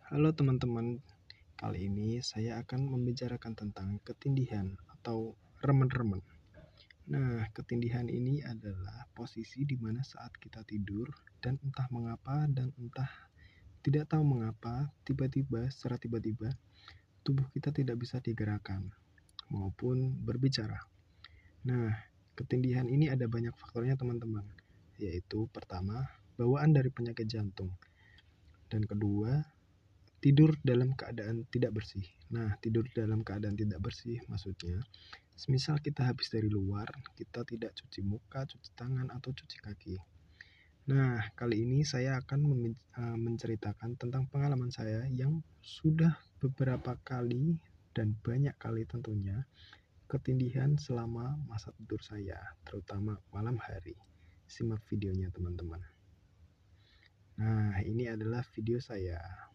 Halo teman-teman, kali ini saya akan membicarakan tentang ketindihan atau remen-remen. Nah, ketindihan ini adalah posisi di mana saat kita tidur dan entah mengapa dan entah tidak tahu mengapa, secara tiba-tiba, tubuh kita tidak bisa digerakkan maupun berbicara. Nah, ketindihan ini ada banyak faktornya teman-teman, yaitu pertama, bawaan dari penyakit jantung, dan kedua, tidur dalam keadaan tidak bersih. Nah, tidur dalam keadaan tidak bersih maksudnya, semisal kita habis dari luar, kita tidak cuci muka, cuci tangan, atau cuci kaki. Nah, kali ini saya akan menceritakan tentang pengalaman saya yang sudah beberapa kali dan banyak kali tentunya ketindihan selama masa tidur saya, terutama malam hari. Simak videonya teman-teman. Nah, ini adalah video saya.